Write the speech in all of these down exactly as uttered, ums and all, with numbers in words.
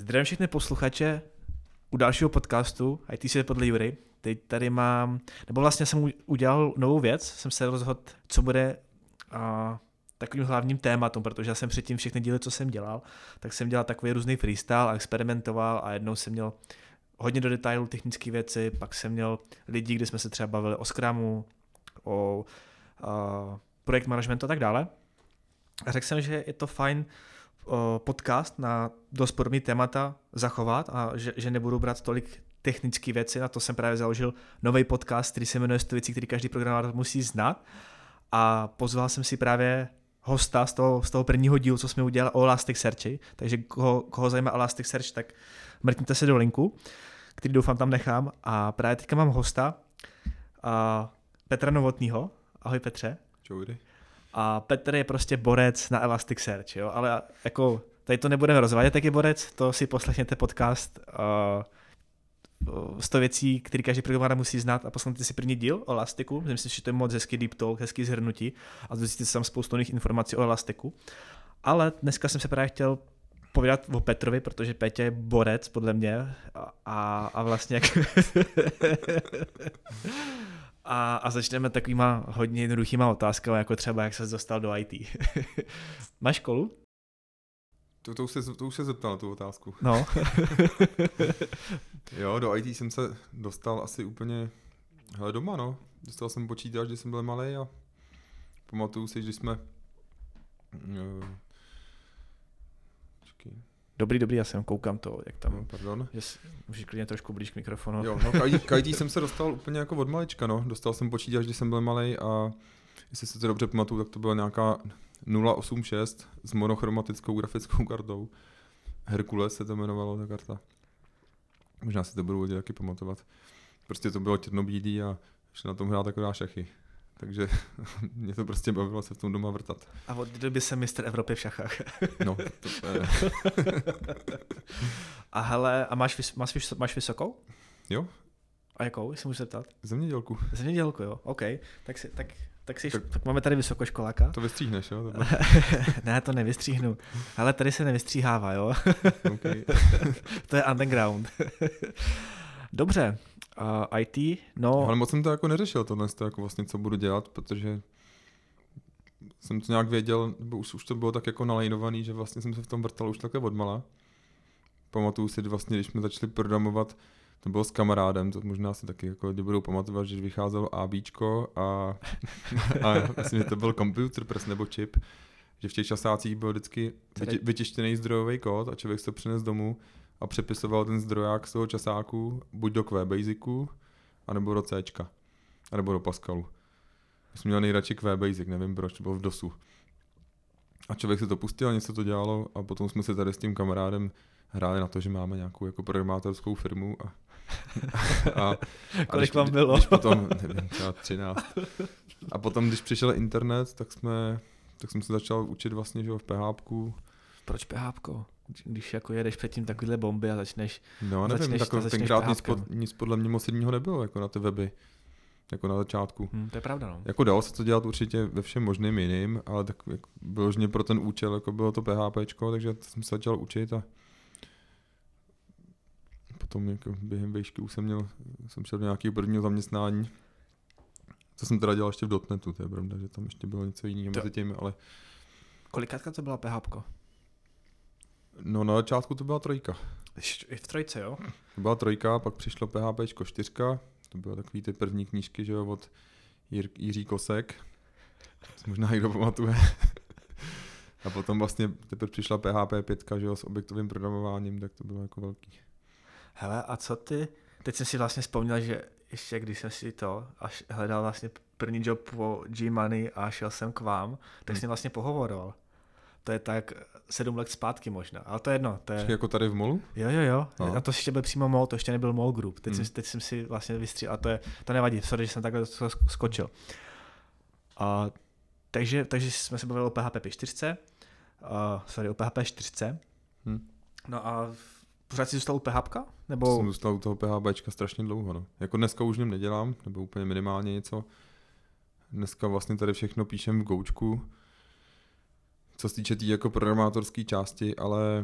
Zdravím všechny posluchače u dalšího podcastu í té svět podle Jury. Teď tady mám, nebo vlastně jsem udělal novou věc, jsem se rozhodl, co bude a, takovým hlavním tématem, protože já jsem předtím všechny díly, co jsem dělal, tak jsem dělal takový různý freestyle a experimentoval a jednou jsem měl hodně do detailu technické věci, pak jsem měl lidi, kde jsme se třeba bavili o Scrumu, o a, projekt managementu a tak dále. A řekl jsem, že je to fajn podcast na dost podobný témata zachovat a že, že nebudu brát tolik technické věci. Na to jsem právě založil nový podcast, který se jmenuje sto věcí, který každý programátor musí znát. A pozval jsem si právě hosta z toho, z toho prvního dílu, co jsme udělali o Elasticsearchi. Takže koho, koho zajímá Elasticsearch, tak mrkněte se do linku, který doufám tam nechám. A právě teďka mám hosta a Petra Novotnýho. Ahoj Petře. Čaudy. A Petr je prostě borec na Elasticsearch, jo, ale jako tady to nebudeme rozvádět, jak je borec, to si poslechněte podcast uh, sto věcí, který každý programátor musí znát a poslechněte si první díl o Elastiku, myslím si, že to je moc hezký deep talk, hezký zhrnutí a zjistíte si tam spoustu nových informací o Elastiku. Ale dneska jsem se právě chtěl povídat o Petrovi, protože Petě je borec, podle mě, a, a vlastně jak... A, a začneme takovýma hodně jednoduchýma otázkami, jako třeba jak ses dostal do í té. Máš školu? To, to, už se, to už se zeptal na tu otázku. No. Jo, do í té jsem se dostal asi úplně hele, doma, no. Dostal jsem počítač, když jsem byl malej a pamatuju si, když jsme... Uh, Dobrý, dobrý, já jsem koukám to, jak tam... No, pardon. Můžeš klidně trošku blíž k mikrofonu. Jo, no k í té jsem se dostal úplně jako od malička, no. Dostal jsem počítač, když jsem byl malej a jestli se to dobře pamatuju, tak to byla nějaká nula osm šest s monochromatickou grafickou kartou. Herkules se to jmenovalo, ta karta. Možná si to budu hodně taky pamatovat. Prostě to bylo černobílý a ještě na tom hrát akorát šachy. Takže mě to prostě bavilo se v tom doma vrtat. A od doby jsem mistr Evropy v šachách. No, to je... A hele, a máš, vys- máš, vys- máš vysokou? Jo. A jakou, jestli můžu se ptát? Zemědělku. Zemědělku, jo, OK. Tak, si, tak, tak, si, tak, tak máme tady vysokoškoláka. To vystříhneš, jo? Ne, to nevystříhnu. Ale tady se nevystříhává, jo? Okay. To je underground. Dobře. Uh, í té, no... Ale moc jsem to jako neřešil, tohle, to jako vlastně, co budu dělat, protože jsem to nějak věděl, nebo už, už to bylo tak jako nalajnovaný, že vlastně jsem se v tom vrtal už takhle odmala. Pamatuju si vlastně, když jsme začali programovat, to bylo s kamarádem, to možná si taky jako lidi budou pamatovat, že vycházelo ABčko a, a myslím, že to byl computer press nebo čip, že v těch časácích byl vždycky vytě, vytištěný zdrojový kód a člověk se to přines domů a přepisoval ten zdroják z toho časáku buď do Q Basicu, anebo do Cčka, anebo do Pascalu. Já jsem měl nejradši Q Basic, nevím proč, to bylo v DOSu. A člověk se to pustil, něco to dělalo a potom jsme se tady s tím kamarádem hráli na to, že máme nějakou jako programátorskou firmu a... a, a Kolik když, vám bylo? Když potom, nevím, třeba třináct. A potom, když přišel internet, tak jsme, tak jsem se začal učit vlastně, že v PHPku. Proč PHPko? Když jako jedeš předtím takovýhle bomby a začneš... No nevím, začneš, tak tenkrát nic, pod, nic podle mě moc jiného nebylo, jako na ty weby, jako na začátku. Hmm, to je pravda, no. Jako dalo se to dělat určitě ve všem možným jiným, ale tak jako vyloženě pro ten účel, jako bylo to PHPčko, takže jsem se začal učit a potom jako během výšky už jsem měl, jsem šel do nějakého prvního zaměstnání. Co jsem teda dělal ještě v dotnetu, to je pravda, že tam ještě bylo něco jiného mezi tím, ale... Kolikátka to byla PHPko? No na začátku to byla trojka. I v trojce, jo? To byla trojka, pak přišlo PHPčko čtyřka, to byly takový ty první knížky, že jo, od Jir- Jiří Kosek, to možná někdo pamatuje. A potom vlastně teprve přišla P H P pět, že jo, s objektovým programováním, tak to bylo jako velký. Hele, a co ty? Teď jsem si vlastně vzpomněl, že ještě když jsem si to až hledal vlastně první job po G-Money a šel jsem k vám, tak hmm. jsem vlastně pohovoroval. To je tak sedm let zpátky možná, ale to je jedno. To je... Jako tady v Molu? Jo, jo, jo. Aha. A to ještě byl přímo Mol, to ještě nebyl Mol Group. Teď, hmm. jsem, teď jsem si vlastně vystřílel a to, je, to nevadí, sorry, že jsem takhle skočil. A, takže, takže jsme se bavili o P H P čtyři, uh, sorry, o P H P čtyři. Hmm. No a pořád jsi zůstal u PHPka? Nebo... Jsem zůstal u toho PHPčka strašně dlouho. No. Jako dneska už v něm nedělám, nebo úplně minimálně něco. Dneska vlastně tady všechno píšem v Goučku, co se týče té jako programátorské části, ale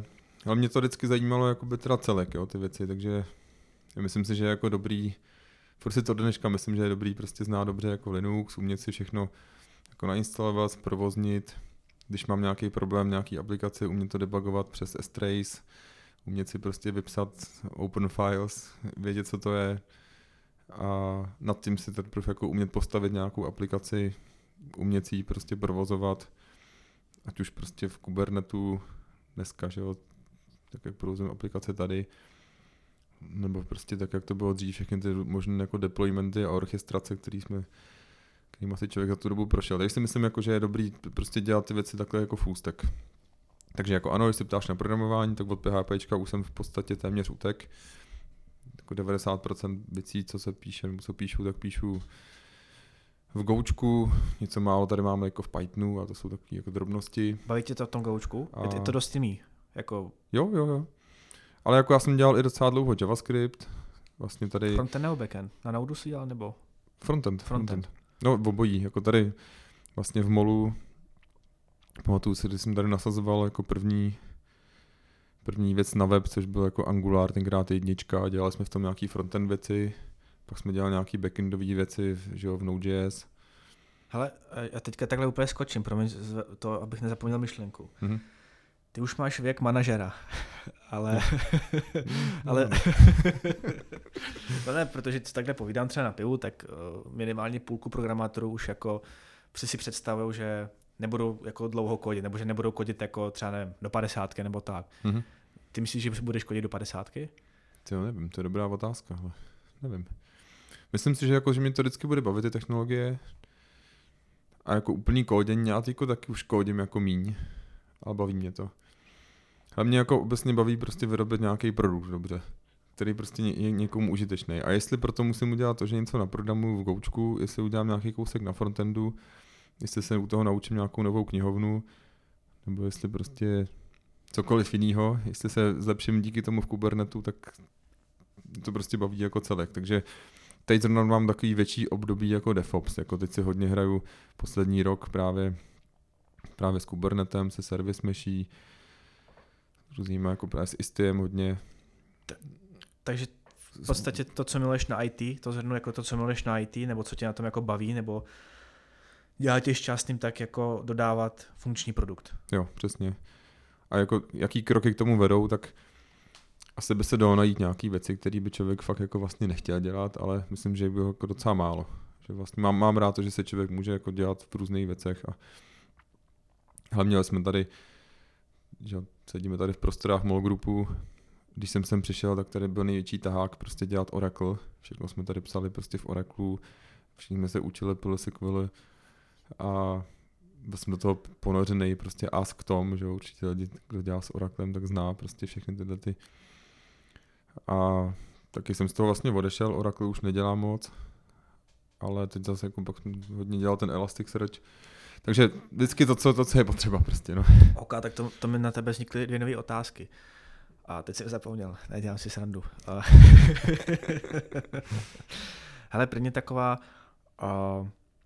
Ale mě to vždycky zajímalo jakoby teda celek, jo, ty věci, takže já myslím si, že je jako dobrý, furt si to dneška myslím, že je dobrý prostě znát dobře jako Linux, umět si všechno jako nainstalovat, zprovoznit, když mám nějaký problém, nějaký aplikaci, umět to debugovat přes S-Trace, umět si prostě vypsat open files, vědět, co to je a nad tím si teprve jako umět postavit nějakou aplikaci, umět si ji prostě provozovat, ať už prostě v Kubernetu dneska, že jo, tak jak provozujeme aplikace tady, nebo prostě tak, jak to bylo dřív, všechny ty možné jako deploymenty a orchestrace, který jsme, kterým asi člověk za tu dobu prošel. Takže si myslím, jako, že je dobrý prostě dělat ty věci takhle jako full stack. Takže jako ano, když se ptáš na programování, tak od PHPčka už jsem v podstatě téměř utek. Jako devadesát procent věcí, co se píše, nebo co píšu, tak píšu v Goučku, něco málo tady máme jako v Pythonu a to jsou takové jako drobnosti. Baví tě to v tom Goučku? A... Je to dost mý. Jako... Jo, jo, jo. Ale jako já jsem dělal i docela dlouho JavaScript. Vlastně tady... Frontend nebo backend? Na Nodu si dělal nebo? Frontend. Frontend. frontend. No obojí, jako tady vlastně v Molu, pamatuju si, když jsem tady nasazoval jako první první věc na web, což byl jako Angular, tenkrát jednička, a dělali jsme v tom nějaký frontend věci, pak jsme dělali nějaký backendové věci, že jo, v Node.js. Hele, já teďka takhle úplně skočím, promiň to, abych nezapomněl myšlenku. Mm-hmm. Ty už máš věk manažera, ale, ale no ne, protože si takhle povídám třeba na pivu, tak minimálně půlku programátorů už jako si představují, že nebudou jako dlouho kodit, nebo že nebudou kodit jako třeba nevím, do padesátky nebo tak. Mm-hmm. Ty myslíš, že budeš kodit do padesátky? To nevím, to je dobrá otázka, ale nevím. Myslím si, že, jako, že mě to vždycky bude bavit ty technologie a jako úplný kódění, já tyko taky už kódím jako míň, ale baví mě to. Ale mě jako obecně baví prostě vyrobit nějaký produkt dobře, který prostě je někomu užitečný. A jestli proto musím udělat to, že něco naprogramuju v Goučku, jestli udělám nějaký kousek na frontendu, jestli se u toho naučím nějakou novou knihovnu, nebo jestli prostě cokoliv jiného, jestli se zlepším díky tomu v Kubernetu, tak to prostě baví jako celek. Takže teď zrovna mám takový větší období jako DevOps, jako teď si hodně hraju poslední rok právě, právě s Kubernetem, se Service Meshi, různýma jako právě s Istiem hodně. Takže v podstatě to, co miluješ na í té, to zhrnu jako to, co miluješ na í té, nebo co tě na tom jako baví, nebo dělá tě šťastným tak jako dodávat funkční produkt. Jo, přesně. A jako jaký kroky k tomu vedou, tak asi by se dalo najít nějaký věci, které by člověk fakt jako vlastně nechtěl dělat, ale myslím, že by ho jako docela málo. Že vlastně mám, mám rád to, že se člověk může jako dělat v různých věcech a hlavně jsme tady, že sedíme tady v prostorách Mol Groupu, když jsem sem přišel, tak tady byl největší tahák prostě dělat Oracle, všechno jsme tady psali prostě v Oraclu, všichni jsme se učili P L S Q L a byl jsem do toho ponořený prostě Ask Tom, že určitě lidi, kdo dělá s Oraclem, tak zná prostě všechny tyhle ty. A taky jsem z toho vlastně odešel, Oracle už nedělám moc, ale teď zase jako pak jsem hodně dělal ten Elasticsearch. Takže vždycky to, co, to, co je potřeba prostě, no. Ok, tak to, to mi na tebe vznikly dvě nové otázky. A teď jsem zapomněl, nedělám si srandu. Hele, prvně taková, uh,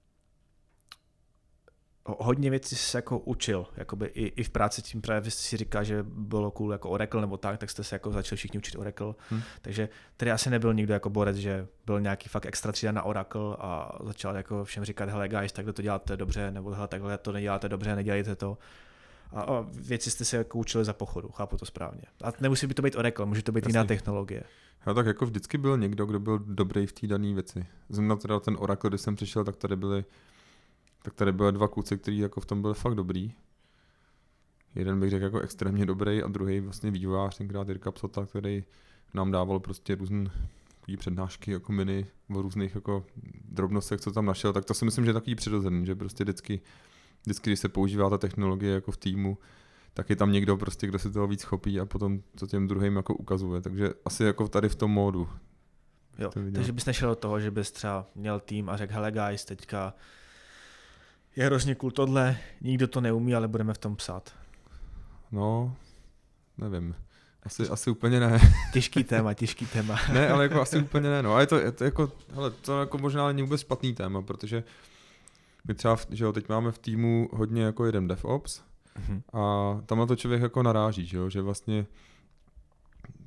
hodně věcí jsi se jako učil, jakoby i, i v práci tím právě si říká, že bylo cool jako Oracle nebo tak, tak jste se jako začali všichni učit Oracle. Hmm. Takže tady asi nebyl nikdo jako borec, že byl nějaký fakt extra třída na Oracle a začal jako všem říkat, hele guys, takhle to děláte dobře, nebo hele, takhle to neděláte dobře, nedělejte to. A, a věci jste se jako učili za pochodu, chápu to správně. A nemusí by to být Oracle, může to být jiná technologie. Já tak jako vždycky byl někdo, kdo byl dobrý v té dané věci. Zrovna teda ten Oracle, když jsem přišel, tak tady byly tak tady byly dva kluci, kteří jako v tom byli fakt dobrý. Jeden bych řekl jako extrémně dobrý a druhý vlastně vývojář, tenkrát Jirka Psota, který nám dával prostě různé přednášky jako mini o různých jako drobnostech, co tam našel, tak to si myslím, že je takový přirozený, že prostě vždycky, vždycky, když se používá ta technologie jako v týmu, tak je tam někdo prostě, kdo si toho víc chopí a potom to těm druhým jako ukazuje, takže asi jako tady v tom módu. Jo, takže bys nešel do toho, že bys třeba měl tým a řekl, hele guys, teďka je hrozně cool tohle, nikdo to neumí, ale budeme v tom psát. No, nevím. Asi, asi úplně ne. Těžký téma, těžký téma. Ne, ale jako asi úplně ne. No, a je to, je to jako, hele, to jako možná není vůbec špatný téma, protože my třeba, že jo, teď máme v týmu hodně jako jeden DevOps mm-hmm. a tam na to člověk jako naráží, že jo, že vlastně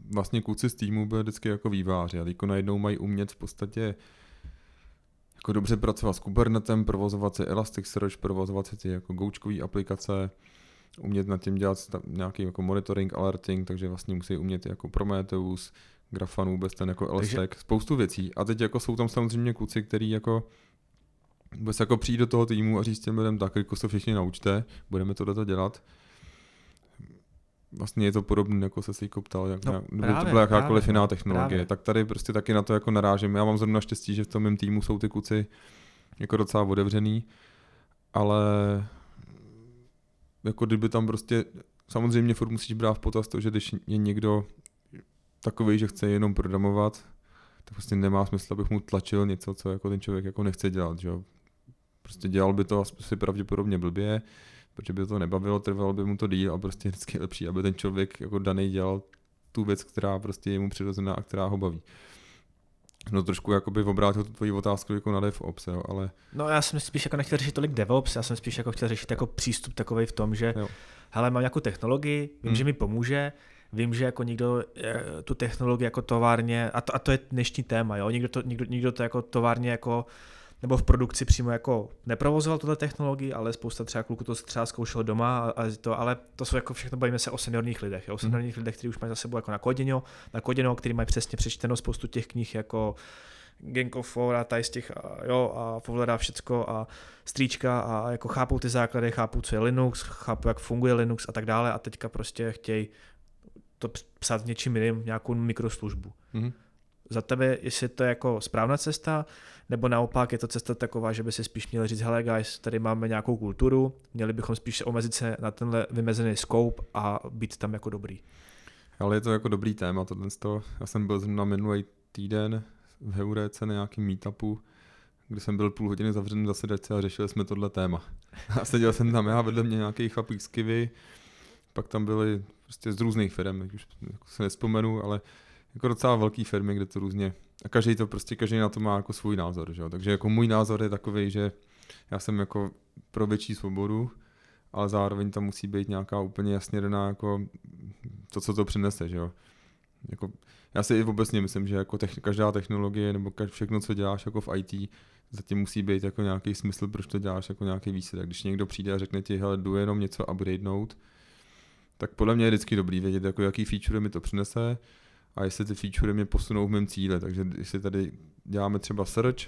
vlastně kluci z týmu byli vždycky jako výváři a teďko najednou mají umět v podstatě jako dobře pracovat s Kubernetem, provozovat si Elasticsearch, provozovat si ty jako goučkové aplikace, umět nad tím dělat nějaký jako monitoring, alerting, takže vlastně musí umět jako Prometheus, Grafana, vůbec ten jako Elastic, takže... spoustu věcí. A teď jako jsou tam samozřejmě kluci, který jako vůbec jako přijít do toho týmu a říct těm lidem, tak jako se všichni naučte, budeme tohleto dělat. Vlastně je to podobné, jako se si ptal, jak, no, právě, to byla jakákoliv právě, jiná technologie, právě. Tak tady prostě taky na to jako narážím. Já mám zrovna štěstí, že v tom mém týmu jsou ty kluci jako docela otevřený, ale jako kdyby tam prostě, samozřejmě furt musíš brát v potaz to, že když je někdo takový, že chce jenom programovat, tak prostě nemá smysl, abych mu tlačil něco, co jako ten člověk jako nechce dělat, že jo. Prostě dělal by to asi pravděpodobně blbě, protože by to nebavilo, trvalo by mu to díl a prostě vždycky je lepší, aby ten člověk jako daný dělal tu věc, která prostě je mu přirozená a která ho baví. No trošku jakoby obrátil tu tvoji otázku jako na DevOps, jo, ale... No já jsem spíš jako nechtěl řešit tolik DevOps, já jsem spíš jako chtěl řešit jako přístup takovej v tom, že jo. Hele, mám nějakou technologii, vím, hmm. že mi pomůže, vím, že jako někdo tu technologii jako továrně, a to, a to je dnešní téma, jo, někdo to, někdo, někdo to jako továrně jako nebo v produkci přímo jako neprovozoval tuhle technologii, ale spousta třeba kluků to třeba zkoušelo doma, a, a to, ale to jsou jako všechno, bavíme se o seniorních lidech, jo? O seniorních lidech, kteří už mají za sebou jako nakoděno, nakoděno, kteří mají přesně přečteno spoustu těch knih jako Gang of Four a tady z těch, a, jo, a Fowlera všecko a Stříčka a jako chápou ty základy, chápou, co je Linux, chápou, jak funguje Linux a tak dále a teďka prostě chtějí to psát něčím jiným, nějakou mikroslužbu. Mm-hmm. Za tebe, jestli to je jako správná cesta, nebo naopak je to cesta taková, že by si spíš měli říct, hele guys, tady máme nějakou kulturu, měli bychom spíš omezit se na tenhle vymezený scope a být tam jako dobrý. Ale je to jako dobrý téma, tohle z toho. Já jsem byl na minulý týden v Heuréce na nějakém meetupu, kde jsem byl půl hodiny zavřený v zasedačce a řešili jsme tohle téma. A seděl jsem tam já, vedle mě nějaký chlapík z Kivy, pak tam byli prostě z různých firm, už se nespomenu, ale jako docela velký firmy, kde to různě, a každý to prostě, každý na to má jako svůj názor, že jo? Takže jako můj názor je takový, že já jsem jako pro větší svobodu, ale zároveň tam musí být nějaká úplně jasně daná jako to, co to přinese, že jo? Jako, já si i obecně myslím, že jako techn- každá technologie nebo kaž- všechno, co děláš jako v í té, zatím musí být jako nějaký smysl, proč to děláš, jako nějaký výsledek. Když někdo přijde a řekne ti, hele, jdu jenom něco upgradenout, tak podle mě je vždycky dobrý vědět, jako jaký feature mi to přinese, a jestli ty feature mě posunou v mém cíle. Takže jestli tady děláme třeba search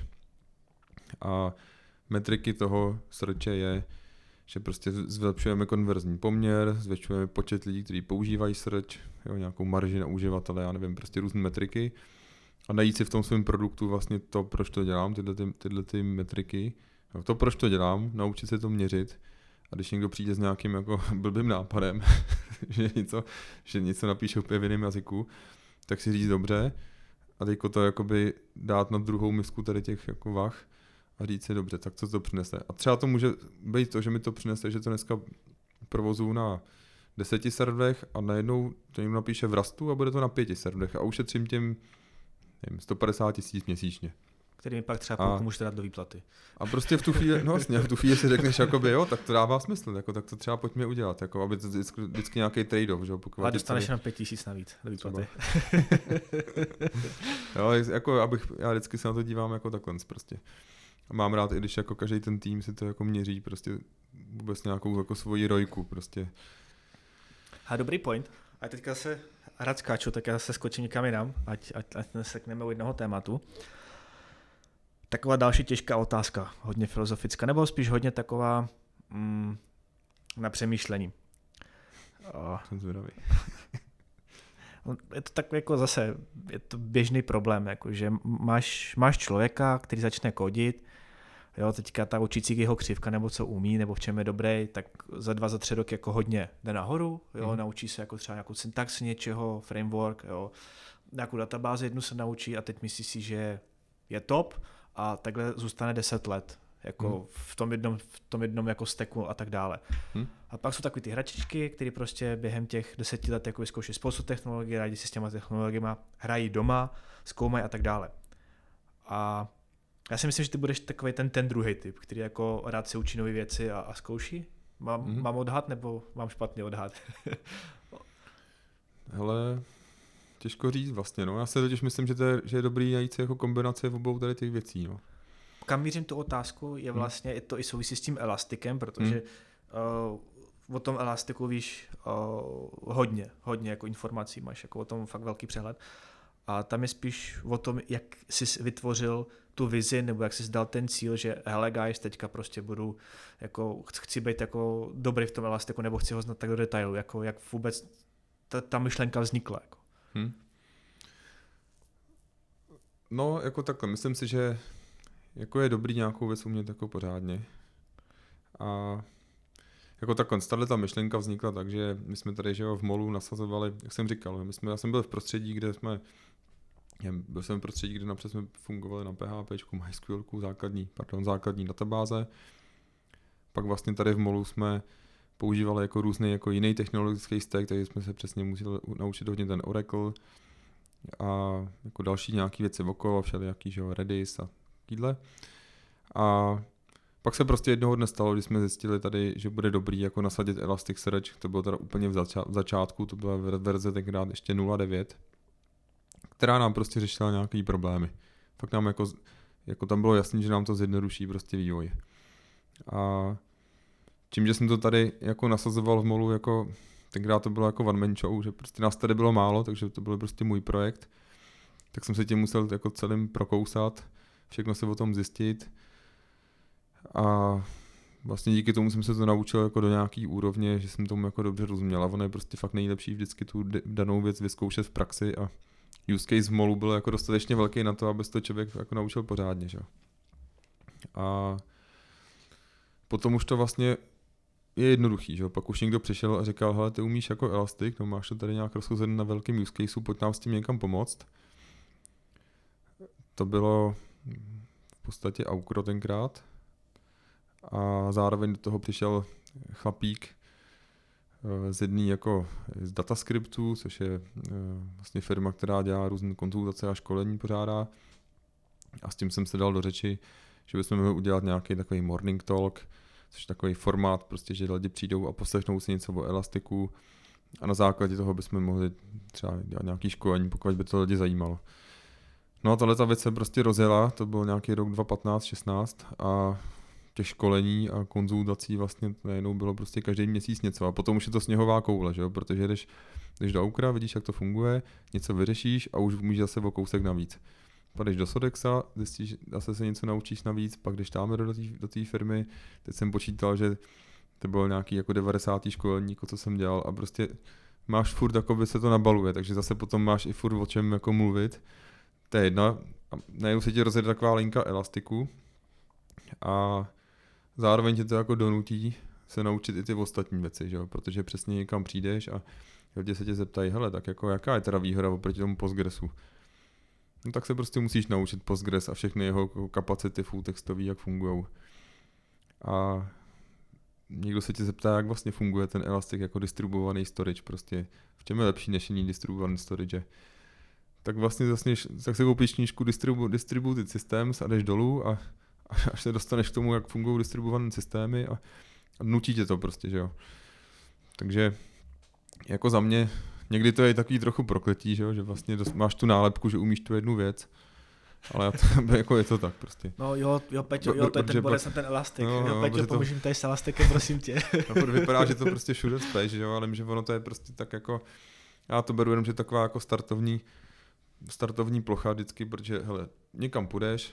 a metriky toho searche je, že prostě zlepšujeme konverzní poměr, zvětšujeme počet lidí, kteří používají search, jo, nějakou marži na uživatele, já nevím, prostě různé metriky a najít si v tom svém produktu vlastně to, proč to dělám, tyhle, ty, tyhle ty metriky, jo, to, proč to dělám, naučit se to měřit. A když někdo přijde s nějakým jako blbým nápadem, že, něco, že něco napíše úplně v jiném jazyku, tak si říct dobře a teďko to jakoby dát na druhou misku tady těch jako vah a říct si dobře, tak co to přinese. A třeba to může být to, že mi to přinese, že to dneska provozuju na deseti serverech a najednou to někdo napíše v Rustu a bude to na pěti serverech a ušetřím tím nevím, sto padesát tisíc měsíčně. Který mi pak třeba půlku můžete dát do výplaty. A prostě v tu chvíli, no vlastně, v tu chvíli si řekneš, jakoby, jo, tak to dává smysl, jako, tak to třeba pojďme udělat, jako, aby to vždycky, vždycky nějaký trade-off, že jo. A dostaneš tady... na pět tisíc navíc do výplaty. Jo, jako, abych, já vždycky se na to dívám jako takhle prostě. A mám rád, i když jako každý ten tým si to jako měří, prostě vůbec nějakou jako svoji rojku, prostě. A dobrý point. A teďka se rád skáču, tak já se skočím někam jinam, ať, ať, ať nesekneme u jednoho tématu. Taková další těžká otázka, hodně filozofická, nebo spíš hodně taková mm, na přemýšlení. Jsem zvědavý. Je to tak jako zase, je to běžný problém, jako že máš, máš člověka, který začne kodit, jo, teďka ta učící jeho křivka, nebo co umí, nebo v čem je dobrý, tak za dva, za tři roky jako hodně jde nahoru, jo, mm. naučí se jako třeba nějakou syntax něčeho, framework, jo, nějakou databázi jednu se naučí a teď myslí si, že je top, a takhle zůstane deset let, jako hmm. v tom jednom, v tom jednom jako steku a tak dále. Hmm. A pak jsou takový ty hračičky, které prostě během těch deseti let jako vyzkouší spoustu technologií, rádi si s těma technologiemi hrají doma, zkoumají a tak dále. A já si myslím, že ty budeš takový ten, ten druhý typ, který jako rád si učí nové věci a, a zkouší. Mám, hmm. mám odhad nebo mám špatný odhad? Hele, těžko říct vlastně, no. Já si totiž myslím, že, to je, že je dobrý najít si jako kombinace v obou tady těch věcí, no. Kam mířím tu otázku, je vlastně, hmm. to i souvisí s tím elastikem, protože hmm. uh, o tom elastiku víš uh, hodně, hodně jako informací, máš jako o tom fakt velký přehled. A tam je spíš o tom, jak jsi vytvořil tu vizi, nebo jak jsi dal ten cíl, že hele guys, teďka prostě budu, jako chci být jako dobrý v tom elastiku, nebo chci ho znát tak do detailu, jako jak vůbec ta, ta myšlenka vznikla. Jako. Hmm. No, jako takhle, myslím si, že jako je dobrý nějakou věc umět jako pořádně. A jako takhle, ta myšlenka vznikla tak, že my jsme tady že jo, v molu nasazovali, jak jsem říkal, my jsme, já jsem byl v prostředí, kde jsme, já byl jsem v prostředí, kde napřed jsme fungovali na PHPčku, MySQLku, základní, pardon, základní databáze. Pak vlastně tady v molu jsme používali jako různý jako jiný technologický stack, takže jsme se přesně museli naučit hodně ten Oracle a jako další nějaký věci okolo, všelijaký, že jo, Redis a takovýhle. A pak se prostě jednoho dne stalo, když jsme zjistili tady, že bude dobrý jako nasadit Elasticsearch, to bylo teda úplně v, zača- v začátku, to byla verze tenkrát ještě nula devět, která nám prostě řešila nějaký problémy. Fakt nám jako, jako tam bylo jasný, že nám to zjednoduší prostě vývoj. A tím, že jsem to tady jako nasazoval v molu, jako tenkrát to bylo jako one man show, že prostě nás tady bylo málo, takže to byl prostě můj projekt, tak jsem se tím musel jako celým prokousat, všechno se o tom zjistit a vlastně díky tomu jsem se to naučil jako do nějaký úrovně, že jsem tomu jako dobře rozuměl a ono je prostě fakt nejlepší vždycky tu danou věc vyzkoušet v praxi a use case v molu byl jako dostatečně velký na to, aby se to člověk jako naučil pořádně, že? A potom už to vlastně je jednoduchý, že? Pak už někdo přišel a říkal, hele, ty umíš jako Elastic, no máš to tady nějak rozchozené na velkém use caseu, pojď nám s tím někam pomoct. To bylo v podstatě Aukro tenkrát a zároveň do toho přišel chlapík z jedný jako z Datascriptu, což je vlastně firma, která dělá různé konzultace a školení pořádá. A s tím jsem se dal do řeči, že bychom mohli udělat nějaký takový morning talk, což je takový formát, prostě, že lidi přijdou a poslechnou si něco o Elastiku a na základě toho bychom mohli třeba dělat nějaký školení, pokud by to lidi zajímalo. No a tato věc se prostě rozjela, to byl nějaký rok dva tisíce patnáct šestnáct a těch školení a konzultací vlastně najednou bylo prostě každý měsíc něco a potom už je to sněhová koule, že jo? Protože jdeš, jdeš do Aukra, vidíš, jak to funguje, něco vyřešíš a už můžeš zase o kousek navíc. Pak jdeš do Sodexa, zjistíš, zase se něco naučíš navíc, pak jdeš tam do té do té firmy, teď jsem počítal, že to bylo nějaký jako devadesátý školení, co jsem dělal a prostě máš furt, jako by se to nabaluje, takže zase potom máš i furt o čem jako mluvit. To je jedna, a najednou se ti rozjede taková linka Elastiku a zároveň tě to jako donutí se naučit i ty ostatní věci, že jo? Protože přesně někam přijdeš a lidi se tě zeptají, hele, tak jako jaká je teda výhoda oproti tomu Postgresu? No tak se prostě musíš naučit Postgres a všechny jeho kapacity full textový, jak fungujou. A někdo se tě zeptá, jak vlastně funguje ten Elastic jako distribuovaný storage, prostě v čem je lepší než jiný distribuovaný storage. Tak vlastně zase, tak se koupíš knížku Distribu, Distributed Systems a jdeš dolů a až se dostaneš k tomu, jak fungují distribuované systémy a, a nutí tě to prostě, že jo. Takže jako za mě, někdy to je takový trochu prokletí, že jo, že vlastně dost, máš tu nálepku, že umíš tu jednu věc, ale to, jako je to tak prostě. No jo, jo Peťo, jo, to je ten borec na ten elastik. No, jo, no, Peťo, pomůž mi tady s elastikem, prosím tě. No, vypadá, že to prostě všude spíš, že jo, ale že ono to je prostě tak jako, já to beru jenom, že taková jako startovní, startovní plocha vždycky, protože hele, někam půjdeš,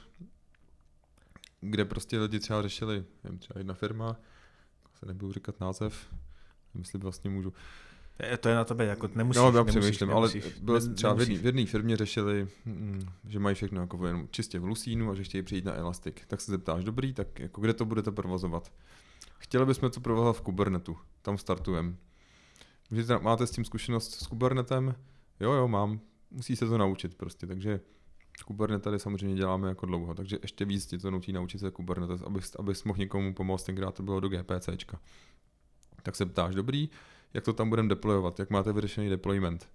kde prostě lidi třeba řešili, nevím, třeba jedna firma, se nebudu říkat název, myslím, vlastně můžu. Je, to je na tebe, jako nemusíš, no, nemusíš, přemýšlím, nemusíš, ale bylo ne, třeba v jedné, v jedné firmě řešili, že mají všechno jako jenom čistě v Lucínu a že chtějí přijít na Elastic. Tak se zeptáš, dobrý, tak jako kde to budete provozovat? Chtěli bychom to provozovat v Kubernetu, tam startujeme. Máte s tím zkušenost s Kubernetem? Jo, jo, mám, musí se to naučit prostě, takže Kubernetes tady samozřejmě děláme jako dlouho, takže ještě víc ti to nutí naučit se Kubernetes, abys, abys mohl někomu pomoct, tenkrát to bylo do GPCčka. Tak se ptáš, dobrý, jak to tam budeme deployovat, jak máte vyřešený deployment.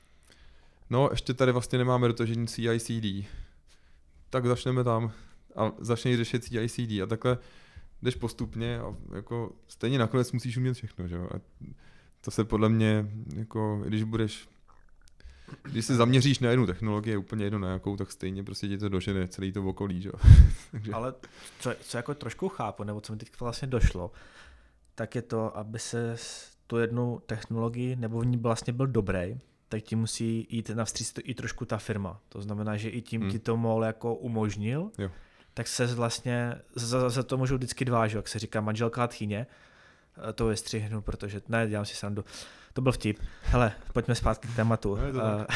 No, ještě tady vlastně nemáme dotažení C I C D, tak začneme tam a začneš řešit C I C D a takhle jdeš postupně a jako stejně nakonec musíš umět všechno, že jo. A to se podle mě, jako když budeš když se zaměříš na jednu technologii, úplně jedno na jakou, tak stejně prostě ti to dožene celý to okolí, že? Takže... Ale co, co jako trošku chápu, nebo co mi teď vlastně došlo, tak je to, aby se tu jednu technologii, nebo v ní vlastně byl dobrý, tak ti musí jít navstříc i trošku ta firma. To znamená, že i tím hmm. ti to mohl jako umožnil, jo. Tak se vlastně, za, za to můžou vždycky dva, že? Jak se říká manželka a tchýně, to je střihnu, protože, ne, dělám si srandu. To byl vtip. Hele, pojďme zpátky k tématu. Ne, to uh,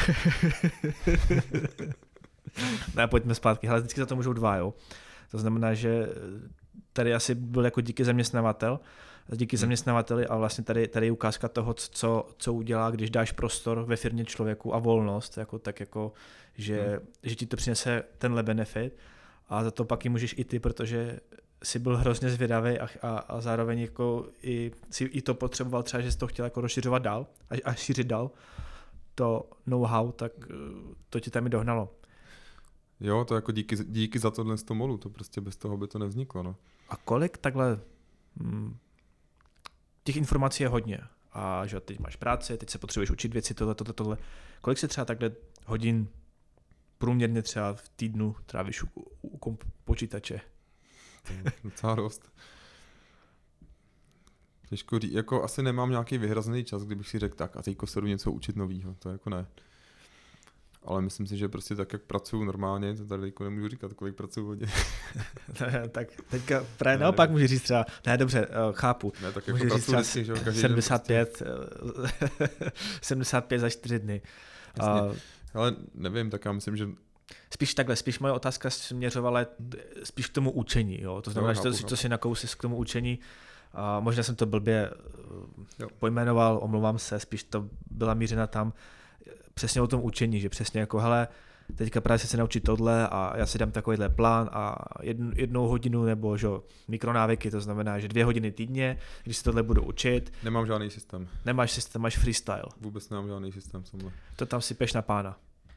ne, pojďme zpátky. Hele, vždycky za to můžou dva, jo. To znamená, že tady asi byl jako díky zaměstnavatel, díky hmm. zaměstnavateli a vlastně tady, tady je ukázka toho, co, co udělá, když dáš prostor ve firmě člověku a volnost, jako, tak jako, že, hmm. že ti to přinese tenhle benefit a za to pak ji můžeš i ty, protože jsi byl hrozně zvědavý a, a, a zároveň jako i, si i to potřeboval třeba, že jsi to chtěl jako rozšiřovat dál a, a šířit dál to know-how, tak to ti tam i dohnalo. Jo, to jako díky, díky za tohle z toho molu, to prostě bez toho by to nevzniklo. No. A kolik takhle, hm, těch informací je hodně a že teď máš práci, teď se potřebuješ učit věci, tohle, tohle, tohle. Kolik se třeba takhle hodin průměrně třeba v týdnu trávíš u, u, u počítače? Docela dost. Těžko říct, jako asi nemám nějaký vyhrazený čas, kdybych si řekl tak a teďko se jdu něco učit novýho, to jako ne. Ale myslím si, že prostě tak, jak pracuju normálně, to tady teďko nemůžu říkat, kolik pracuju hodin. Tak teďka právě ne, naopak můžu říct třeba, ne dobře, chápu. Ne, tak jako pracuju vždycky, že každý sedmdesát pět, sedmdesát pět za čtyři dny. Uh, Ale nevím, tak já myslím, že Spíš takhle, spíš moje otázka směřovala spíš k tomu učení, jo? To znamená, no, že to, to si nakousis k tomu učení. A možná jsem to blbě jo. pojmenoval, omlouvám se, spíš to byla mířena tam přesně o tom učení, že přesně jako hele, teďka právě se naučit tohle a já si dám takovýhle plán a jednu, jednou hodinu nebo že, mikronávyky, to znamená, že dvě hodiny týdně, když si tohle budu učit. Nemám žádný systém. Nemáš systém, máš freestyle. Vůbec nemám žádný systém. Tomhle. To tam si peš na pána.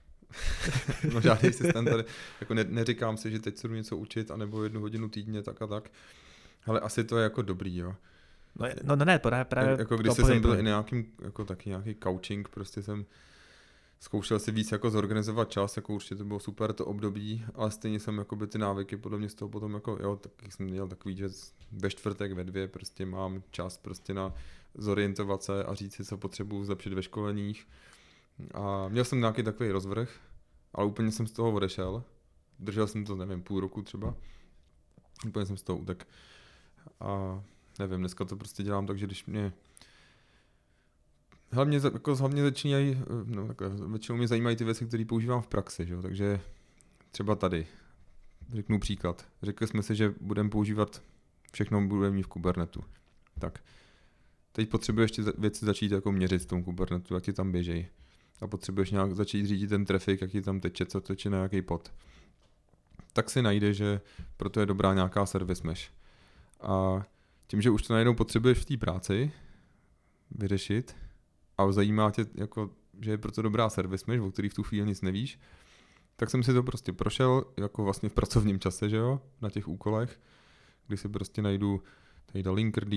No žádný systém tady, jako ne, neříkám si, že teď se jdu něco učit, anebo jednu hodinu týdně, tak a tak, ale asi to je jako dobrý, jo. No, no, no ne, právě, právě jako když jsem byl i nějakým, jako taky nějaký coaching, prostě jsem zkoušel si víc jako zorganizovat čas, jako určitě to bylo super to období, ale stejně jsem jako by ty návyky podle mě z toho potom jako, jo, tak jsem měl takový, že ve čtvrtek, ve dvě prostě mám čas prostě na zorientovat se a říct si, co potřebuji zlepšit ve školeních. A měl jsem nějaký takový rozvrh, ale úplně jsem z toho odešel. Držel jsem to, nevím, půl roku třeba. Úplně jsem z toho utek. A nevím, dneska to prostě dělám tak, že když mě... Hlavně, jako, hlavně začínají, no takhle, většinou mě zajímají ty věci, které používám v praxi, že? Takže třeba tady, řeknu příklad. Řekli jsme si, že budeme používat, všechno budeme mít v Kubernetu. Tak, teď potřebuješ ty věci začít jako měřit v tom Kubernetu, jak ti tam běžejí. A potřebuješ nějak začít řídit ten trafik, jak ti tam teče, co teče na jaký pod. Tak si najde, že proto je dobrá nějaká service mesh. A tím, že už to najednou potřebuješ v té práci vyřešit a zajímá tě, jako, že je proto dobrá service mesh, o který v tu chvíli nic nevíš, tak jsem si to prostě prošel jako vlastně v pracovním čase, že jo, na těch úkolech, kdy si prostě najdu tady Linkerd,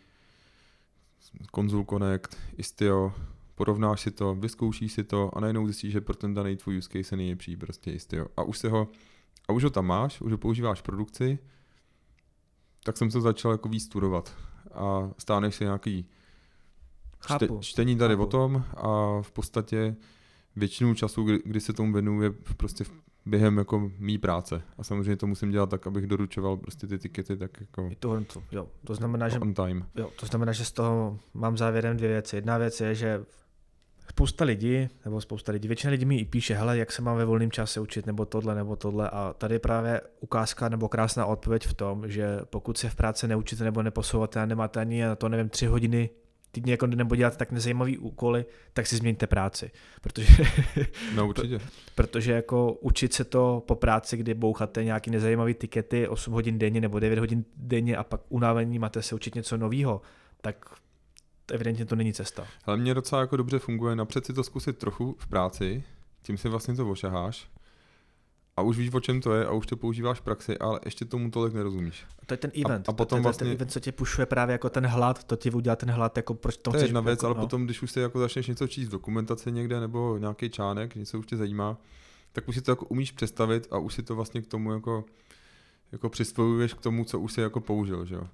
Consul Connect, Istio, porovnáš si to, vyzkoušíš si to a najednou zjistíš, že pro ten daný tvůj use case je nejlepší prostě Istio. A už se ho, a už ho tam máš, už ho používáš v produkci, tak jsem to začal jako víc studovat. A stáneš si nějaký čte, čtení tady Chápu. o tom a v podstatě většinu času, kdy, kdy se tomu věnuje prostě během jako mý práce. A samozřejmě to musím dělat tak, abych doručoval prostě ty tikety tak jako I to, to, jo. To znamená, že, on time. Jo, to znamená, že z toho mám závěrem dvě věci. Jedna věc je, že spousta lidí, nebo spousta lidí, většina lidí mi i píše, hele, jak se mám ve volném čase učit, nebo tohle, nebo tohle. A tady je právě ukázka nebo krásná odpověď v tom, že pokud se v práci neučíte nebo neposouváte a nemáte ani na to, nevím, tři hodiny týdně jako nebo děláte tak nezajímavý úkoly, tak si změňte práci. Protože, no určitě. protože jako učit se to po práci, kdy boucháte nějaký nezajímavý tikety osm hodin denně nebo devět hodin denně a pak unavení máte se učit něco nového, tak evidentně to není cesta. Ale mně docela jako dobře funguje napřed si to zkusit trochu v práci, tím si vlastně to ošaháš a už víš, o čem to je a už to používáš v praxi, ale ještě tomu tolik nerozumíš. A to je ten event. A, a potom to, to, vlastně... to je ten event, co tě pušuje právě jako ten hlad, to ti udělá ten hlad, jako proč to To je chceš. jedna věc, jako, ale no. potom, když už se jako začneš něco číst v dokumentaci někde nebo nějaký článek, něco už tě zajímá, tak už si to jako umíš představit a už si to vlastně k tomu jako, jako přisvojuješ k tomu, co už si jako použil, že jo.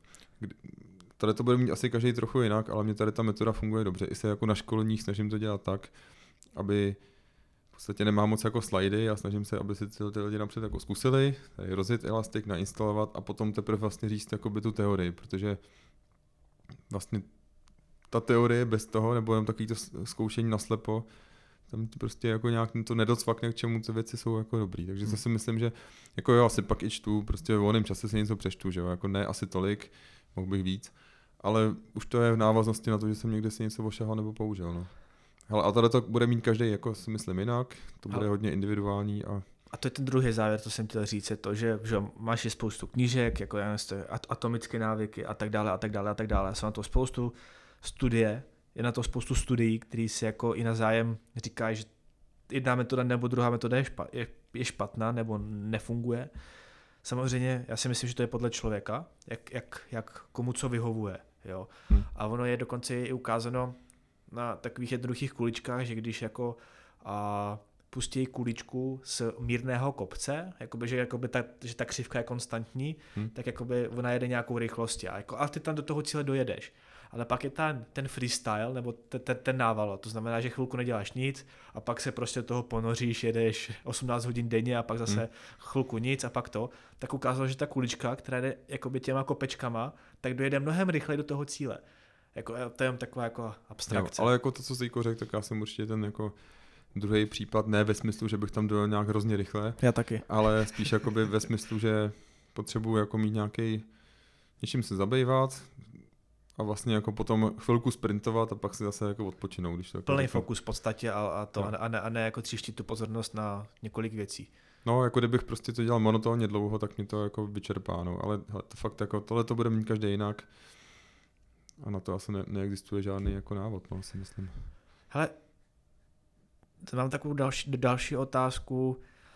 Tady to bude mít asi každý trochu jinak, ale mě tady ta metoda funguje dobře. I se jako na školeních snažím to dělat tak, aby v podstatě nemám moc jako slidy a snažím se, aby si ty, ty lidi napřed jako zkusili, tady rozjet elastik, nainstalovat a potom teprve vlastně říct jakoby tu teorii, protože vlastně ta teorie bez toho, nebo jenom takový to zkoušení naslepo, tam ti prostě jako nějak to nedocvakne, k čemu ty věci jsou jako dobrý. Takže to si myslím, že jako jo, asi pak i čtu, prostě v volném čase si něco přečtu, že jo, jako ne asi tolik, mohl bych víc, ale už to je v návaznosti na to, že jsem někde si něco ošahal nebo použil, no. Hele, a tady to bude mít každý, jako si myslím jinak, to bude Ale... hodně individuální a... A to je ten druhý závěr, to jsem chtěl říct, je to, že, že máš je spoustu knížek, jako já nevím, atomické návyky a tak dále a tak dále a tak dále. Jsou na to spoustu studie, je na to spoustu studií, které si jako i na zájem říkají, že jedna metoda nebo druhá metoda je, špa, je, je špatná nebo nefunguje. Samozřejmě, já si myslím, že to je podle člověka, jak, jak, jak komu co vyhovuje. Jo? Hmm. A ono je dokonce i ukázáno na takových jednoduchých kuličkách, že když jako a, pustí kuličku z mírného kopce, jakoby, že, jakoby ta, že ta křivka je konstantní, hmm. tak jakoby ona jede nějakou rychlostí. A, jako, a ty tam do toho cíle dojedeš. Ale pak je ten, ten freestyle, nebo ten, ten, ten nával, to znamená, že chvilku neděláš nic a pak se prostě toho ponoříš, jedeš osmnáct hodin denně a pak zase hmm. chvilku nic a pak to, tak ukázalo, že ta kulička, která jde jakoby těma kopečkama, tak dojede mnohem rychleji do toho cíle. Jako, to je jen taková jako abstrakce. Jo, ale jako to, co jsi jako řekl, tak já jsem určitě ten jako druhý případ, ne ve smyslu, že bych tam dojel nějak hrozně rychle. Já taky. Ale spíš jakoby ve smyslu, že potřebuji jako mít nějaký, něčím se zabývat, a vlastně jako potom chvilku sprintovat a pak si zase jako odpočinout. Když to jako plný jako... fokus v podstatě a, a to, no. a, ne, a ne jako tříštit tu pozornost na několik věcí. No, jako kdybych prostě to dělal monotónně dlouho, tak mě to jako vyčerpá, no. Ale hele, to fakt jako, tohle to bude mít každý jinak a na to asi ne, neexistuje žádný jako návod, no, si myslím. Hele, mám takovou další, další otázku.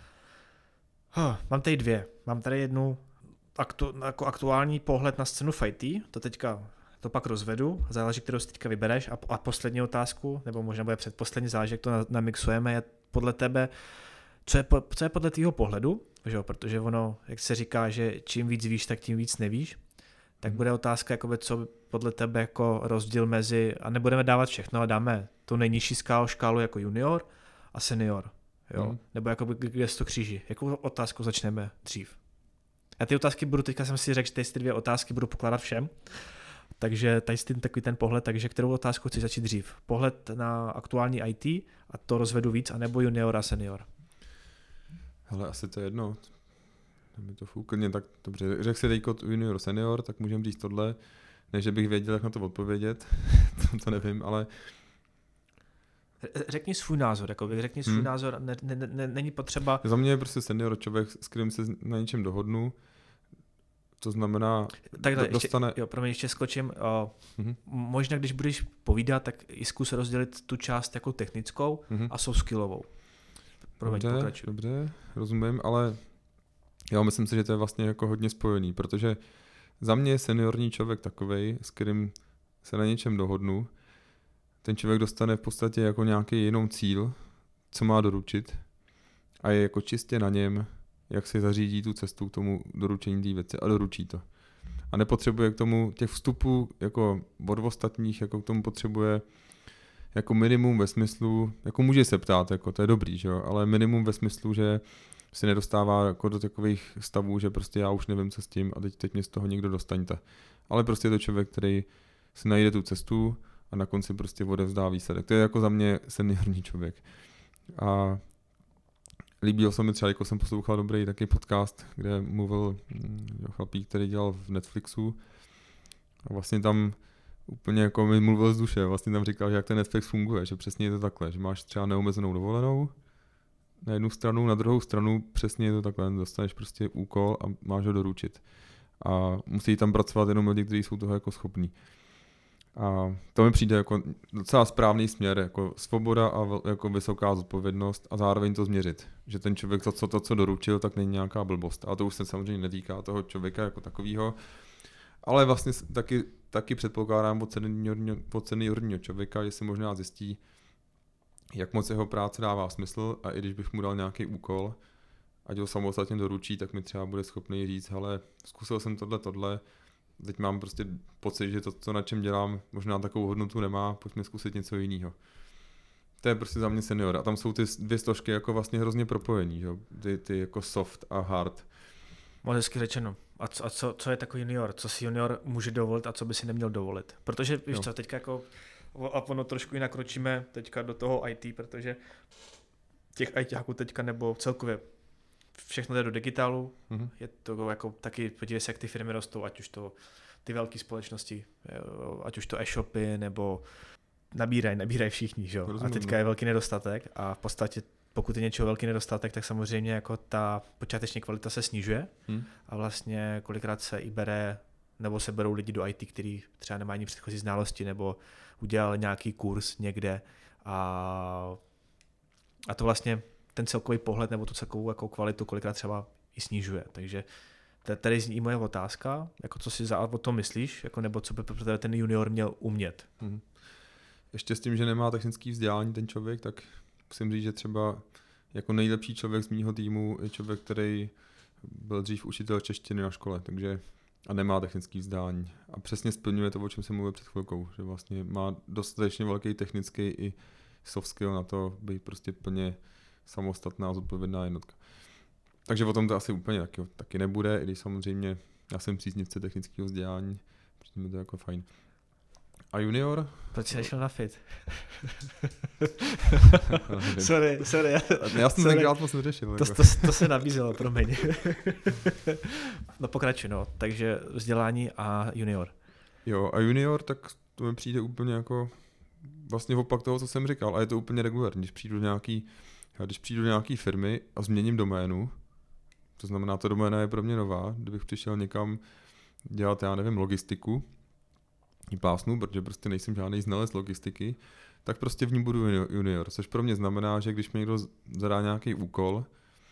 Huh, mám tady dvě. Mám tady jednu aktu, jako aktuální pohled na scénu fighty, to teďka to pak rozvedu, záleží, kterou si teďka vybereš. A, a poslední otázku, nebo možná bude předposlední, záleží, jak to namixujeme, je podle tebe, co je, co je podle tvýho pohledu, že jo? Protože ono, jak se říká, že čím víc víš, tak tím víc nevíš, tak bude otázka, jakoby, co podle tebe jako rozdíl mezi, a nebudeme dávat všechno, a dáme tu nejnižší škálu, škálu jako junior a senior, jo? Hmm. Nebo jakoby, kde se to kříží. Jakou otázku začneme dřív? A ty otázky budu, teďka jsem si řekl, že ty dvě otázky budu pokládat všem. Takže tady je takový ten pohled, takže kterou otázku chci začít dřív? Pohled na aktuální í té a to rozvedu víc, anebo junior a senior? Hele, asi to je jedno. Mi to úplně tak dobře. Řekl si teďko junior, senior, tak můžeme říct tohle. Ne, že bych věděl, jak na to odpovědět, to, to nevím, ale... Řekni svůj názor, jakoby, řekni svůj hmm. názor, ne, ne, ne, není potřeba... Za mě je prostě senior člověk, s kterým se na něčem dohodnu. To znamená, takhle, dostane... Ještě, jo, pro mě ještě skočím. O, mm-hmm. Možná, když budeš povídat, tak i zkus rozdělit tu část jako technickou mm-hmm. a soft skillovou. Promiň, dobře, pokračuj. Dobře, rozumím, ale já myslím si, že to je vlastně jako hodně spojený, protože za mě je seniorní člověk takovej, s kterým se na něčem dohodnu. Ten člověk dostane v podstatě jako nějaký jiný cíl, co má doručit a je jako čistě na něm, jak si zařídí tu cestu k tomu doručení té věci a doručí to. A nepotřebuje k tomu těch vstupů jako od ostatních, jako k tomu potřebuje jako minimum ve smyslu, jako může se ptát, jako to je dobrý, že jo, ale minimum ve smyslu, že se nedostává jako do takových stavů, že prostě já už nevím, co s tím a teď, teď mě z toho někdo dostaňte. Ale prostě je to člověk, který si najde tu cestu a na konci prostě odevzdá výsledek. To je jako za mě seniorní člověk. A líbilo se mi třeba, jako jsem poslouchal dobrý taky podcast, kde mluvil chlapík, který dělal v Netflixu a vlastně tam úplně jako mi mluvil z duše, vlastně tam říkal, že jak ten Netflix funguje, že přesně je to takhle, že máš třeba neomezenou dovolenou na jednu stranu, na druhou stranu přesně je to takhle, dostaneš prostě úkol a máš ho doručit. A musí tam pracovat jenom lidi, kteří jsou toho jako schopní. A to mi přijde jako docela správný směr, jako svoboda a vel, jako vysoká zodpovědnost a zároveň to změřit. Že ten člověk to, co, to, co doručil, tak není nějaká blbost. A to už se samozřejmě netýká toho člověka jako takového, ale vlastně taky, taky předpokládám od seniorního, od seniorního člověka, že si možná zjistí, jak moc jeho práce dává smysl a i když bych mu dal nějaký úkol, ať ho samostatně doručí, tak mi třeba bude schopný říct, hele, zkusil jsem tohle, tohle, teď mám prostě pocit, že to, co na čem dělám, možná takovou hodnotu nemá, pojďme zkusit něco jiného. To je prostě za mě senior. A tam jsou ty dvě složky jako vlastně hrozně propojený, že? Ty, ty jako soft a hard. Moc hezky řečeno. A, co, a co, co je takový junior? Co si junior může dovolit a co by si neměl dovolit? Protože víš co, teďka jako, a ono trošku jinak kročíme teďka do toho í té, protože těch ITáků teďka nebo celkově všechno jde do digitálu, mm-hmm. je to jako taky, podívej se, jak ty firmy rostou, ať už to ty velké společnosti, ať už to e-shopy, nebo nabírají, nabírají všichni, že jo? A teďka je velký nedostatek a v podstatě pokud je něčeho velký nedostatek, tak samozřejmě jako ta počáteční kvalita se snižuje hmm. a vlastně kolikrát se i bere, nebo se berou lidi do í té, kteří třeba nemají ani předchozí znalosti, nebo udělali nějaký kurz někde a, a to vlastně ten celkový pohled nebo tu celkovou jako kvalitu kolikrát třeba i snižuje. Takže tady zní i moje otázka, jako co si za o tom myslíš, jako nebo co by pro tebe ten junior měl umět. Hmm. Ještě s tím, že nemá technický vzdělání ten člověk, tak musím říct, že třeba jako nejlepší člověk z mýho týmu je člověk, který byl dřív učitel češtiny na škole, takže a nemá technický vzdělání. A přesně splňuje to, o čem jsem mluvil před chvilkou, že vlastně má dostatečně velký technický i soft skill na to být prostě plně samostatná zodpovědná jednotka. Takže o tom to asi úplně taky, taky nebude, i když samozřejmě já jsem příznivce technického vzdělání, protože mi to je jako fajn. A junior? Proč jsi nešel na fit? sorry, sorry. Já, já jsem tenkrát moc neřešil. To, to, to se nabízelo, promiň. No pokračuj, no. Takže vzdělání a junior. Jo, a junior, tak to mi přijde úplně jako vlastně opak toho, co jsem říkal. A je to úplně regulární. Když přijdu do nějaký, když přijdu do nějaký firmy a změním doménu, to znamená, ta doména je pro mě nová, kdybych přišel někam dělat, já nevím, logistiku, i pásnu, protože prostě nejsem žádný znalec logistiky, tak prostě v ní budu junior, což pro mě znamená, že když mi někdo zadá nějaký úkol,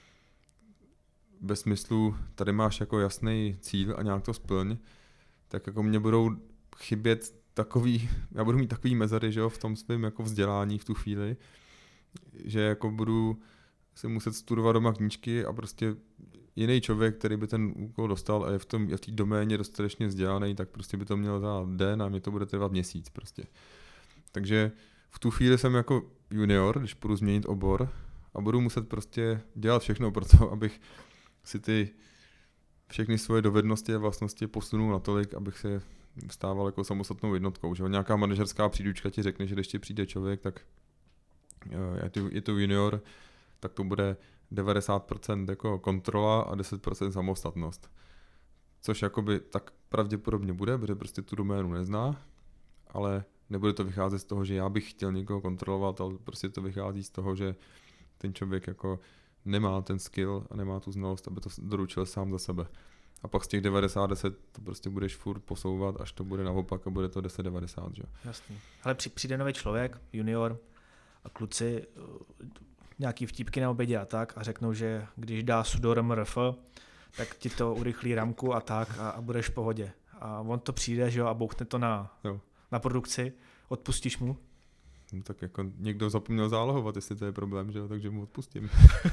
ve smyslu, tady máš jako jasný cíl a nějak to splň, tak jako mě budou chybět takový, já budu mít takový mezery, že jo, v tom svém jako vzdělání v tu chvíli, že jako budu si muset studovat doma knížky a prostě jiný člověk, který by ten úkol dostal a je v tom je v té doméně dostatečně vzdělaný, tak prostě by to měl za den a mě to bude trvat měsíc prostě. Takže v tu chvíli jsem jako junior, když budu změnit obor a budu muset prostě dělat všechno pro to, abych si ty všechny svoje dovednosti a vlastnosti posunul natolik, abych se stával jako samostatnou jednotkou. Že? Nějaká manažerská příručka ti řekne, že když ti přijde člověk, tak je to junior, tak to bude devadesát procent jako kontrola a deset procent samostatnost. Což jakoby tak pravděpodobně bude, protože prostě tu doménu nezná, ale nebude to vycházet z toho, že já bych chtěl někoho kontrolovat, ale prostě to vychází z toho, že ten člověk jako nemá ten skill a nemá tu znalost, aby to doručil sám za sebe. A pak z těch devadesát deset to prostě budeš furt posouvat, až to bude naopak a bude to deset devadesát, že? Jasný. Ale přijde nový člověk, junior a kluci nějaký vtípky na obědě a tak a řeknou, že když dá sudo mrf, tak ti to urychlí ramku a tak a, a budeš v pohodě. A on to přijde, že jo, a bouchne to na, na produkci, odpustíš mu? No, tak jako někdo zapomněl zálohovat, jestli to je problém, že jo, takže mu odpustím.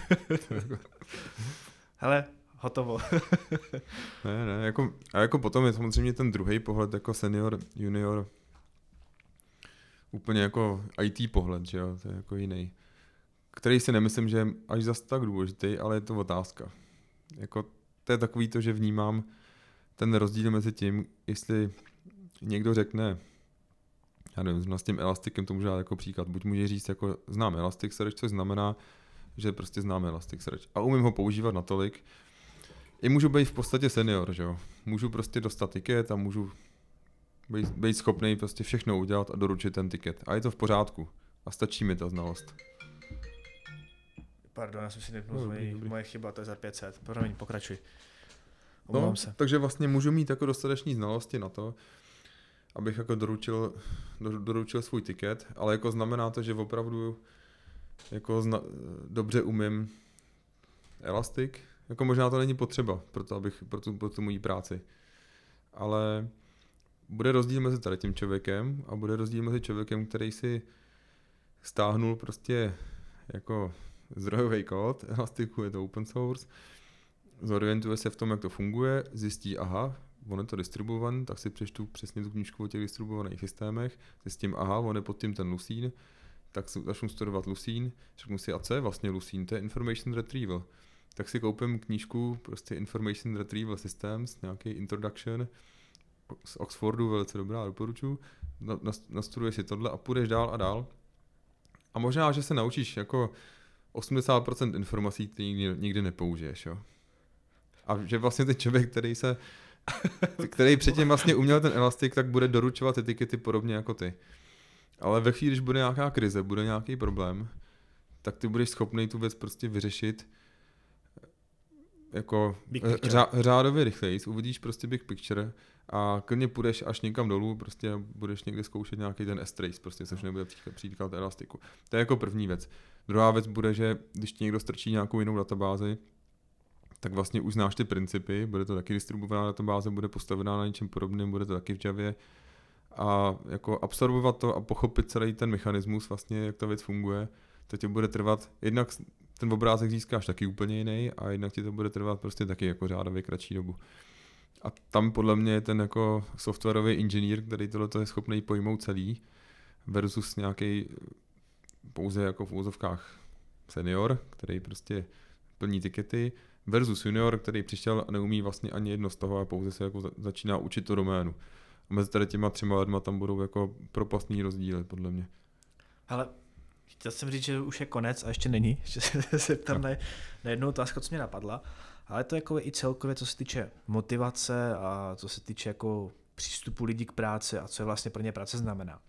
Hele, hotovo. ne, ne, jako, a jako potom je samozřejmě ten druhý pohled, jako senior, junior, úplně jako í té pohled, že jo, to je jako jiný. Který si nemyslím, že je až zas tak důležitý, ale je to otázka. Jako, to je takový to, že vnímám ten rozdíl mezi tím, jestli někdo řekne, já nevím, s tím elastikem to můžu dát jako příklad, buď může říct, jako znám Elasticsearch, což znamená, že prostě znám Elasticsearch a umím ho používat natolik. I můžu být v podstatě senior, že jo. Můžu prostě dostat tiket a můžu být, být schopný prostě všechno udělat a doručit ten tiket. A je to v pořádku. A stačí mi ta znalost. Pardon, já jsem si nepnul, no, moje chyba, to je za pět set. Promiň, pokračuj. No, se. Takže vlastně můžu mít jako dostatečné znalosti na to, abych jako doručil, do, doručil svůj tiket, ale jako znamená to, že opravdu jako zna, dobře umím Elastic, jako možná to není potřeba pro to, abych, pro tu, pro tu moji práci, ale bude rozdíl mezi tady tím člověkem a bude rozdíl mezi člověkem, který si stáhnul prostě jako zdrojový kód, Elastiku je to open source, zorientuje se v tom, jak to funguje, zjistí, aha, on je to distribuovaný, tak si přečtu přesně tu knížku o těch distribuovaných systémech, zjistím, aha, on je pod tím ten Lucene, tak začnu studovat Lucene, řeknu si, a co je vlastně Lucene, to je Information Retrieval. Tak si koupím knížku, prostě Information Retrieval Systems, nějaký introduction, z Oxfordu, velice dobrá, doporučuji, nastuduješ si tohle a půjdeš dál a dál. A možná, že se naučíš jako osmdesát procent informací, které nikdy, nikdy nepoužiješ, jo. A že vlastně ten člověk, který se, který předtím vlastně uměl ten Elastic, tak bude doručovat etikety podobně jako ty. Ale ve chvíli, když bude nějaká krize, bude nějaký problém, tak ty budeš schopný tu věc prostě vyřešit jako řá, řádově rychleji, uvidíš prostě big picture a klidně půjdeš až někam dolů, prostě budeš někde zkoušet nějaký ten S-trace, prostě, což nebude příklad Elastiku. To je jako první věc. Druhá věc bude, že když ti někdo strčí nějakou jinou databázi, tak vlastně už znáš ty principy, bude to taky distribuovaná databáze, bude postavená na něčem podobném, bude to taky v Javě a jako absorbovat to a pochopit celý ten mechanismus, vlastně jak ta věc funguje, to tě bude trvat, jednak ten obrázek získáš taky úplně jiný a jednak ti to bude trvat prostě taky jako řádově kratší dobu. A tam podle mě je ten jako softwarový inženýr, který tohle je schopný pojmout celý, versus nějaký pouze jako v úzovkách senior, který prostě plní tikety, versus junior, který přišel a neumí vlastně ani jedno z toho a pouze se jako začíná učit tu doménu. A mezi tady těma třema lidma tam budou jako propastný rozdíly, podle mě. Ale chtěl jsem říct, že už je konec a ještě není, ještě se ptám na, na jednu otázku, co mě napadla, ale to jako i celkově, co se týče motivace a co se týče jako přístupu lidí k práci a co je vlastně pro ně práce znamená.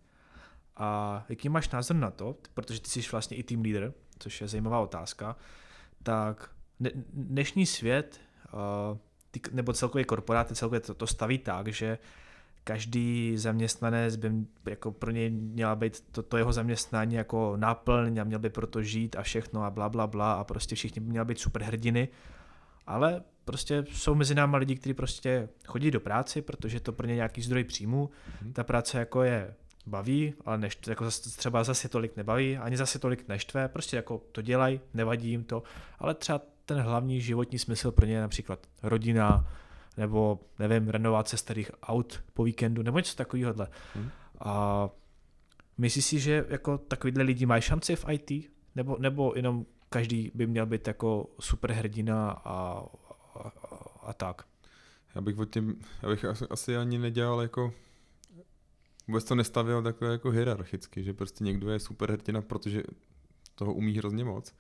A jaký máš názor na to, protože ty jsi vlastně i team leader, což je zajímavá otázka, tak dnešní svět, nebo celkově korporáty, celkově to, to staví tak, že každý zaměstnanec by jako pro něj měla být to, to jeho zaměstnání jako náplň a měl by proto žít a všechno a bla bla bla a prostě všichni by měli být superhrdiny, ale prostě jsou mezi náma lidi, kteří prostě chodí do práce, protože to pro ně nějaký zdroj příjmu, hmm. ta práce jako je baví, ale než, jako zase, třeba zase tolik nebaví, ani zase tolik neštve, prostě jako to dělají, nevadí jim to, ale třeba ten hlavní životní smysl pro ně je například rodina, nebo nevím, renovace starých aut po víkendu, nebo něco takového. Hmm. A myslíš si, že jako takovýhle lidi mají šanci v í té? Nebo, nebo jenom každý by měl být jako superhrdina a, a, a, a tak? Já bych, tím, já bych asi, asi ani nedělal jako, vůbec to nestavil takhle jako hierarchicky, že prostě někdo je superhrdina, protože toho umí hrozně moc.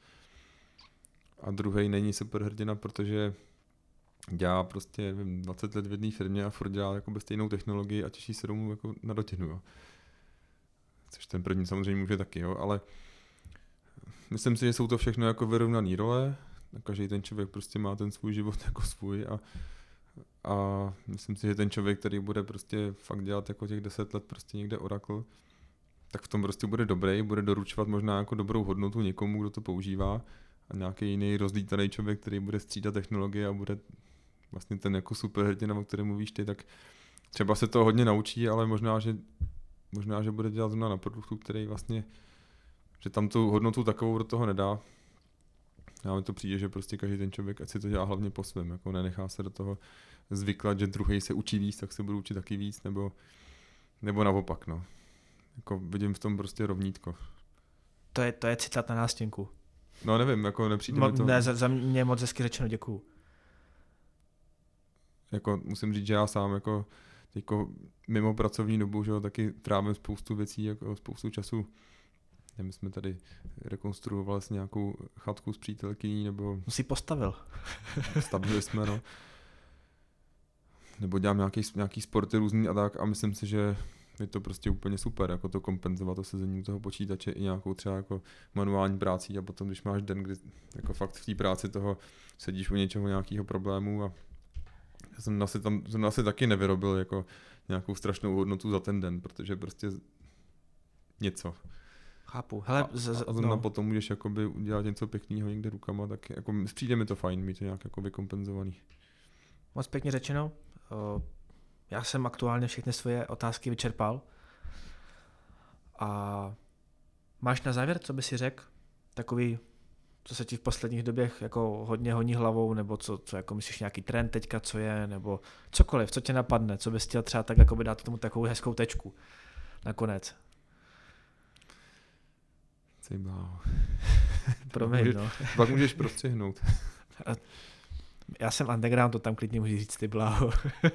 A druhý není superhrdina, protože dělá prostě nevím, dvacet let v jedné firmě a furt dělá jako bez stejnou technologii a těší se domů jako na dotinu. Jo. Což ten první samozřejmě může taky, jo, ale myslím si, že jsou to všechno jako vyrovnaný role. Každý ten člověk prostě má ten svůj život jako svůj a, a myslím si, že ten člověk, který bude prostě fakt dělat jako těch deset let prostě někde Oracle, tak v tom prostě bude dobrý, bude doručovat možná jako dobrou hodnotu někomu, kdo to používá a nějaký jiný rozlítaný člověk, který bude střídat technologie a bude vlastně ten jako superhrdina, o kterém mluvíš ty, tak třeba se to hodně naučí, ale možná, že, možná, že bude dělat zrovna na produktu, který vlastně, že tam tu hodnotu takovou do toho nedá. Já mi to přijde, že prostě každý ten člověk, ať si to dělá hlavně po svém, jako nenechá se do toho zvyklat, že druhý se učí víc, tak se budu učit taky víc, nebo, nebo naopak, no. Jako vidím v tom prostě rovnítko. To je, to je citát na nástěnku. No nevím, jako nepřijde Mo, mi to... Ne, za, za mě moc hezky řečeno, děkuju. Jako musím říct, že já sám jako, jako mimo pracovní dobu, že jo, taky trávím spoustu věcí, jako spoustu času. My jsme tady rekonstruovali s nějakou chatku s přítelkyní, nebo... Musí postavil. Stavili jsme, no. Nebo dělám nějaký, nějaký sporty různý a tak a myslím si, že je to prostě úplně super, jako to kompenzovat to sezení u toho počítače i nějakou třeba jako manuální práci a potom, když máš den, kdy jako fakt v té práci toho sedíš u něčeho nějakého problému a Já jsem asi tam jsem asi taky nevyrobil jako nějakou strašnou hodnotu za ten den, protože prostě něco. Chápu. Hele, a, z, z, a no. potom můžeš jakoby udělat něco pěkného někde rukama, tak jako přijde mi to fajn, mít to nějak jako vykompenzovaný. Moc pěkně řečeno. Já jsem aktuálně všechny svoje otázky vyčerpal. A máš na závěr, co by si řekl? Takový, co se ti v posledních dobách jako hodně honí hlavou, nebo co, co jako myslíš nějaký trend teďka, co je, nebo cokoliv, co tě napadne, co bys chtěl třeba tak jako by dát tomu takovou hezkou tečku nakonec. Cejbláho. Promiň, můžeš, no. Pak můžeš prostřihnout. Já jsem underground, to tam klidně můžeš říct, ty bláho.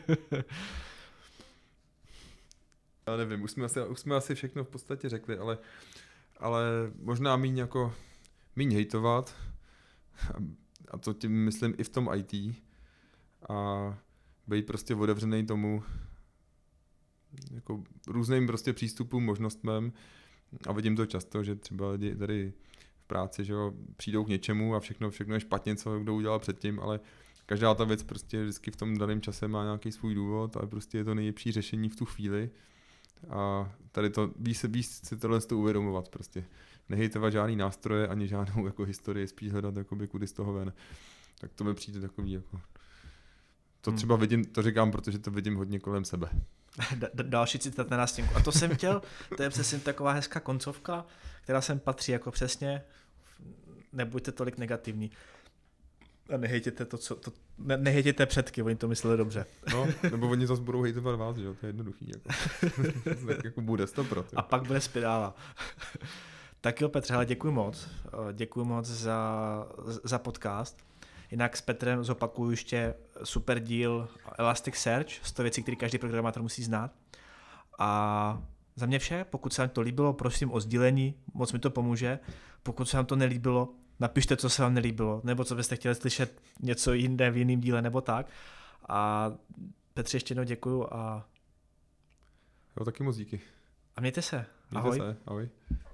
Já nevím, už jsme, asi, už jsme asi všechno v podstatě řekli, ale, ale možná míň jako míň hejtovat, a to tím myslím i v tom í té, a být prostě otevřený tomu jako různým prostě přístupům, možnostmem, a vidím to často, že třeba lidi tady v práci, že jo, přijdou k něčemu a všechno, všechno je špatně, co kdo udělal předtím, ale každá ta věc prostě vždycky v tom daném čase má nějaký svůj důvod, ale prostě je to nejlepší řešení v tu chvíli. A tady to, víc se víc si tohle to uvědomovat prostě. Nehejtovat žádný nástroje, ani žádnou jako historii, spíš hledat jakoby kudy z toho ven. Tak to mi přijde takový jako... To třeba hmm. vidím, to říkám, protože to vidím hodně kolem sebe. D- další citát na nástěnku. A to jsem chtěl, to je přesně taková hezká koncovka, která sem patří jako přesně, nebuďte tolik negativní. A nehejtěte to, co, to ne, nehejtěte předky, oni to mysleli dobře. No, nebo oni zase budou hejtovat vás, že jo, to je jednoduchý. Jako. Tak jako bude sto procent. A pak bude spirála. Tak jo, Petře, ale děkuji moc. Děkuji moc za, za podcast. Jinak s Petrem zopakuju ještě super díl Elasticsearch, sto věcí, které každý programátor musí znát. A za mě vše, pokud se vám to líbilo, prosím o sdílení, moc mi to pomůže. Pokud se vám to nelíbilo, napište, co se vám nelíbilo, nebo co byste chtěli slyšet něco jinde v jiném díle, nebo tak. A Petře, ještě jednou děkuju a... Jo, taky moc díky. A mějte se. Mějte Ahoj. se, ahoj.